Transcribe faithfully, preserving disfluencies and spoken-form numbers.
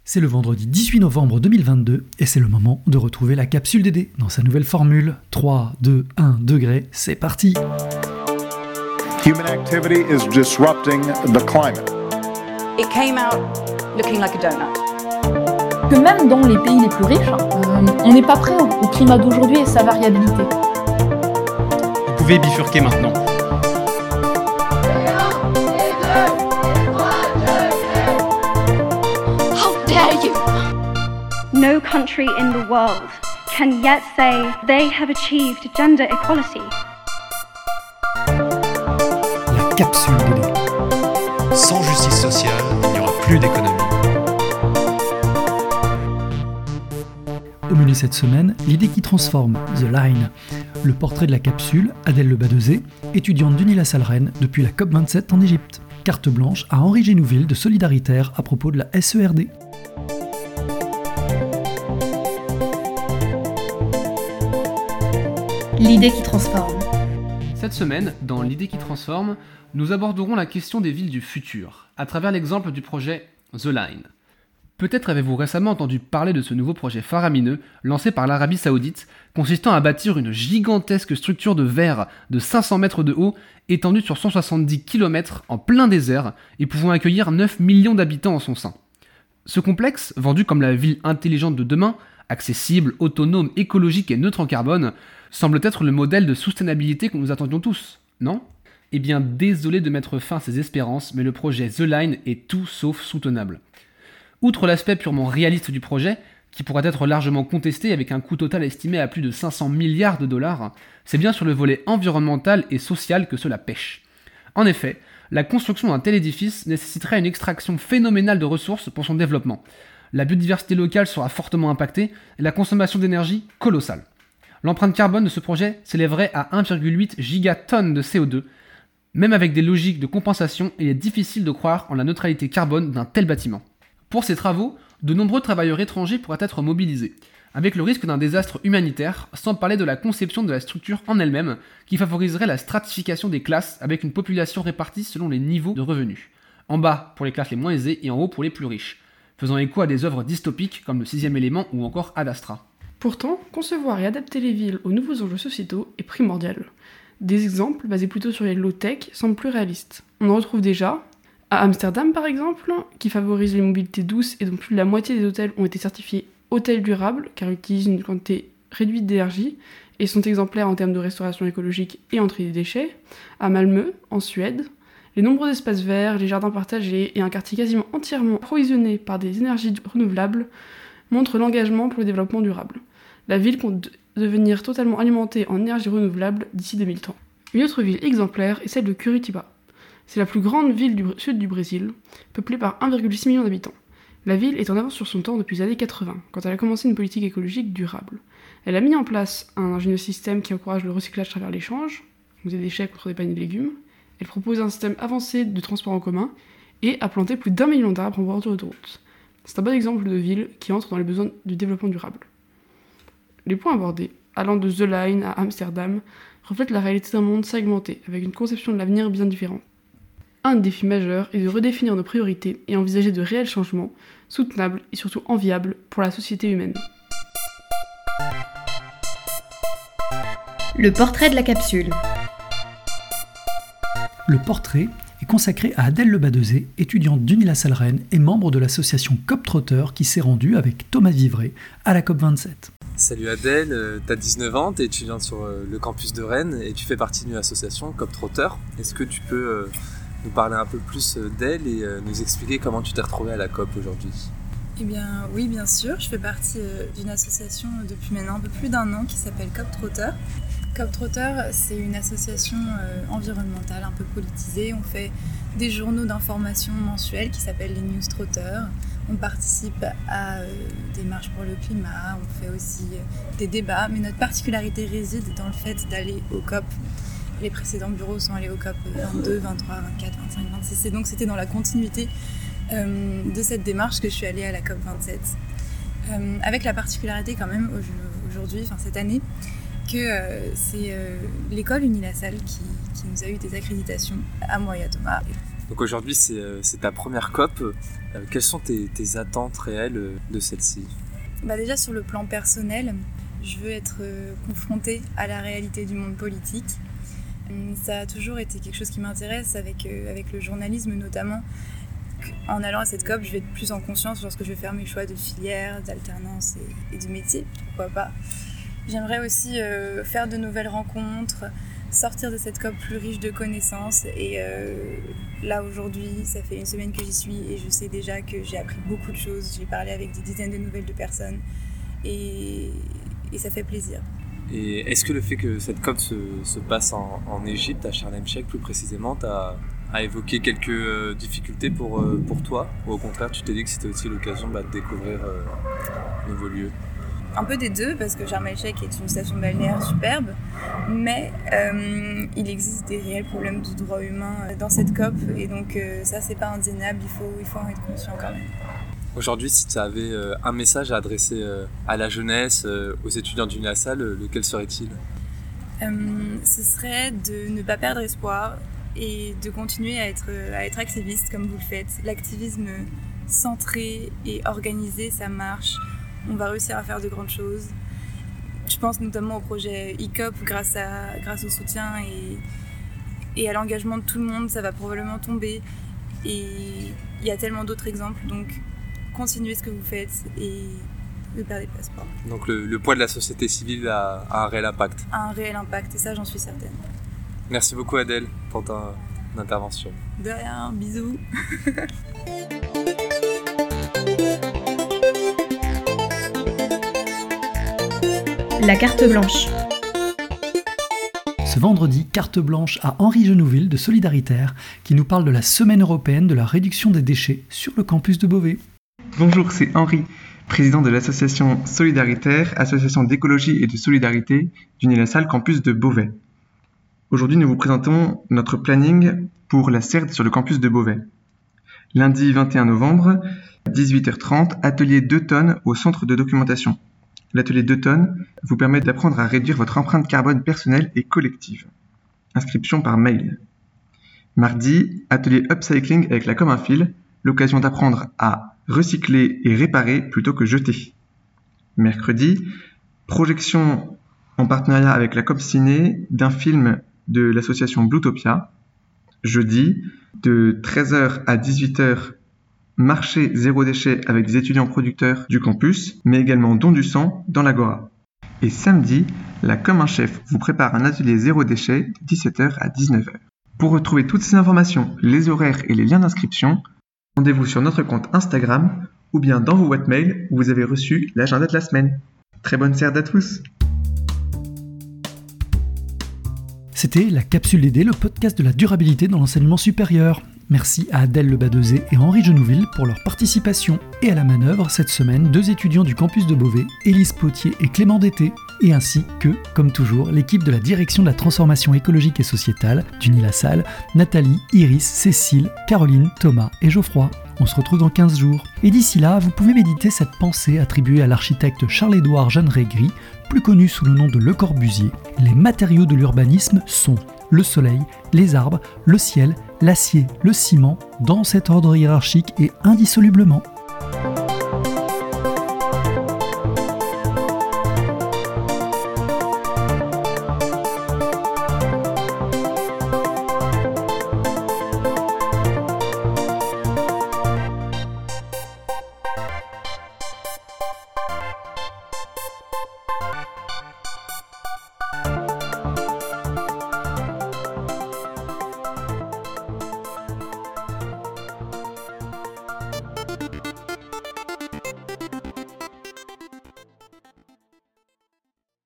C'est le vendredi dix-huit novembre deux mille vingt-deux et c'est le moment de retrouver la capsule Dédé dans sa nouvelle formule. trois, deux, un degré, c'est parti. Human activity is disrupting the climate. It came out looking like a donut. Que même dans les pays les plus riches, euh, on n'est pas prêt au climat d'aujourd'hui et sa variabilité. Vous pouvez bifurquer maintenant. No country in the world can yet say they have achieved gender equality. La capsule Dédé. Sans justice sociale, il n'y aura plus d'économie. Au menu cette semaine, l'idée qui transforme, The Line. Le portrait de la capsule, Adèle Lebadezé, étudiante d'Unilassal Rennes depuis la COP vingt-sept en Égypte. Carte blanche à Henri Génouville de Solidaritaire à propos de la S E R D. L'idée qui transforme. Cette semaine, dans L'idée qui transforme, nous aborderons la question des villes du futur, à travers l'exemple du projet The Line. Peut-être avez-vous récemment entendu parler de ce nouveau projet faramineux lancé par l'Arabie Saoudite, consistant à bâtir une gigantesque structure de verre de cinq cents mètres de haut, étendue sur cent soixante-dix kilomètres en plein désert et pouvant accueillir neuf millions d'habitants en son sein. Ce complexe, vendu comme la ville intelligente de demain, accessible, autonome, écologique et neutre en carbone, semble être le modèle de soutenabilité que nous attendions tous, non ? Eh bien, désolé de mettre fin à ces espérances, mais le projet The Line est tout sauf soutenable. Outre l'aspect purement réaliste du projet, qui pourrait être largement contesté avec un coût total estimé à plus de cinq cents milliards de dollars, c'est bien sur le volet environnemental et social que cela pêche. En effet, la construction d'un tel édifice nécessiterait une extraction phénoménale de ressources pour son développement. La biodiversité locale sera fortement impactée et la consommation d'énergie colossale. L'empreinte carbone de ce projet s'élèverait à un virgule huit gigatonnes de C O deux. Même avec des logiques de compensation, il est difficile de croire en la neutralité carbone d'un tel bâtiment. Pour ces travaux, de nombreux travailleurs étrangers pourraient être mobilisés, avec le risque d'un désastre humanitaire, sans parler de la conception de la structure en elle-même, qui favoriserait la stratification des classes avec une population répartie selon les niveaux de revenus. En bas pour les classes les moins aisées et en haut pour les plus riches, faisant écho à des œuvres dystopiques comme Le Sixième Élément ou encore Ad Astra. Pourtant, concevoir et adapter les villes aux nouveaux enjeux sociétaux est primordial. Des exemples basés plutôt sur les low-tech semblent plus réalistes. On en retrouve déjà, à Amsterdam par exemple, qui favorise les mobilités douces et dont plus de la moitié des hôtels ont été certifiés hôtels durables, car ils utilisent une quantité réduite d'énergie et sont exemplaires en termes de restauration écologique et en tri des déchets. À Malmö, en Suède, les nombreux espaces verts, les jardins partagés et un quartier quasiment entièrement approvisionné par des énergies renouvelables montrent l'engagement pour le développement durable. La ville compte devenir totalement alimentée en énergie renouvelable d'ici deux mille trente. Une autre ville exemplaire est celle de Curitiba. C'est la plus grande ville du sud du Brésil, peuplée par un virgule six million d'habitants. La ville est en avance sur son temps depuis les années quatre-vingts, quand elle a commencé une politique écologique durable. Elle a mis en place un ingénieux système qui encourage le recyclage à travers l'échange, donc des déchets contre des paniers de légumes. Elle propose un système avancé de transport en commun et a planté plus d'un million d'arbres en bordure d'autoroute. C'est un bon exemple de ville qui entre dans les besoins du développement durable. Les points abordés, allant de The Line à Amsterdam, reflètent la réalité d'un monde segmenté, avec une conception de l'avenir bien différente. Un défi majeur est de redéfinir nos priorités et envisager de réels changements, soutenables et surtout enviables pour la société humaine. Le portrait de la capsule. Le portrait est consacré à Adèle Lebadezé, étudiante d'Unilassal Rennes et membre de l'association COP Trotter qui s'est rendue avec Thomas Vivray à la COP vingt-sept. Salut Adèle, t'as dix-neuf ans, t'es étudiante sur le campus de Rennes et tu fais partie d'une association COP Trotter. Est-ce que tu peux nous parler un peu plus d'elle et nous expliquer comment tu t'es retrouvée à la COP aujourd'hui ? Eh bien oui, bien sûr, je fais partie d'une association depuis maintenant un peu plus d'un an qui s'appelle COP Trotter. COP Trotter, c'est une association environnementale un peu politisée. On fait des journaux d'information mensuels qui s'appellent les News Trotter. On participe à euh, des marches pour le climat, on fait aussi euh, des débats, mais notre particularité réside dans le fait d'aller au COP. Les précédents bureaux sont allés au COP vingt-deux, vingt-trois, vingt-quatre, vingt-cinq, vingt-six, et donc c'était dans la continuité euh, de cette démarche que je suis allée à la COP vingt-sept. Euh, avec la particularité quand même aujourd'hui, enfin cette année, que euh, c'est euh, l'école Unilassal qui, qui nous a eu des accréditations, à moi et à Thomas. Donc aujourd'hui, c'est, euh, c'est ta première C O P. Euh, quelles sont tes, tes attentes réelles euh, de celle-ci ? Bah déjà sur le plan personnel, je veux être euh, confrontée à la réalité du monde politique. Ça a toujours été quelque chose qui m'intéresse avec, euh, avec le journalisme notamment. En allant à cette C O P, je vais être plus en conscience lorsque je vais faire mes choix de filière, d'alternance et, et de métier, pourquoi pas. J'aimerais aussi euh, faire de nouvelles rencontres, sortir de cette C O P plus riche de connaissances. Et euh, là aujourd'hui, ça fait une semaine que j'y suis et je sais déjà que j'ai appris beaucoup de choses. J'ai parlé avec des dizaines de nouvelles de personnes et, et ça fait plaisir. Et est-ce que le fait que cette C O P se, se passe en, en Égypte, à Sharm el-Sheikh plus précisément, t'as a évoqué quelques euh, difficultés pour, euh, pour toi, ou au contraire tu t'es dit que c'était aussi l'occasion bah, de découvrir euh, de nouveaux lieux? Un peu des deux, parce que Sharm el-Sheikh est une station balnéaire superbe, mais euh, il existe des réels problèmes de droits humains dans cette C O P, et donc euh, ça c'est pas indéniable, il faut, il faut en être conscient quand même. Aujourd'hui, si tu avais euh, un message à adresser euh, à la jeunesse, euh, aux étudiants d'Unilassal, euh, lequel serait-il ? euh, Ce serait de ne pas perdre espoir, et de continuer à être, à être activiste comme vous le faites. L'activisme centré et organisé, ça marche. On va réussir à faire de grandes choses. Je pense notamment au projet e C O P, grâce, à, grâce au soutien et, et à l'engagement de tout le monde, ça va probablement tomber. Et il y a tellement d'autres exemples, donc continuez ce que vous faites et ne perdez pas espoir. Donc le, le poids de la société civile a, a un réel impact. A un réel impact, et ça j'en suis certaine. Merci beaucoup Adèle pour ta intervention. De rien, bisous. La carte blanche. Ce vendredi, carte blanche à Henri Genouville de Solidaritaire qui nous parle de la semaine européenne de la réduction des déchets sur le campus de Beauvais. Bonjour, c'est Henri, président de l'association Solidaritaire, association d'écologie et de solidarité d'Unilassal campus de Beauvais. Aujourd'hui, nous vous présentons notre planning pour la C E R D sur le campus de Beauvais. Lundi vingt et un novembre, dix-huit heures trente, atelier deux tonnes au centre de documentation. L'atelier deux tonnes vous permet d'apprendre à réduire votre empreinte carbone personnelle et collective. Inscription par mail. Mardi, atelier upcycling avec la comme un fil, l'occasion d'apprendre à recycler et réparer plutôt que jeter. Mercredi, projection en partenariat avec la Com Ciné d'un film de l'association Bluetopia. Jeudi, de treize heures à dix-huit heures, marché zéro déchet avec des étudiants producteurs du campus, mais également don du sang dans l'Agora. Et samedi, la Comme un chef vous prépare un atelier zéro déchet de dix-sept heures à dix-neuf heures. Pour retrouver toutes ces informations, les horaires et les liens d'inscription, rendez-vous sur notre compte Instagram ou bien dans vos boîtes mail où vous avez reçu l'agenda de la semaine. Très bonne C E R D à tous! C'était la Capsule D D, le podcast de la durabilité dans l'enseignement supérieur. Merci à Adèle Lebadezé et Henri Genouville pour leur participation. Et à la manœuvre, cette semaine, deux étudiants du campus de Beauvais, Élise Potier et Clément Dété, et ainsi que, comme toujours, l'équipe de la direction de la transformation écologique et sociétale d'Unilassal, Nathalie, Iris, Cécile, Caroline, Thomas et Geoffroy. On se retrouve dans quinze jours. Et d'ici là, vous pouvez méditer cette pensée attribuée à l'architecte Charles-Édouard Jeanneret-Gris, plus connu sous le nom de Le Corbusier. Les matériaux de l'urbanisme sont le soleil, les arbres, le ciel, l'acier, le ciment, dans cet ordre hiérarchique et indissolublement.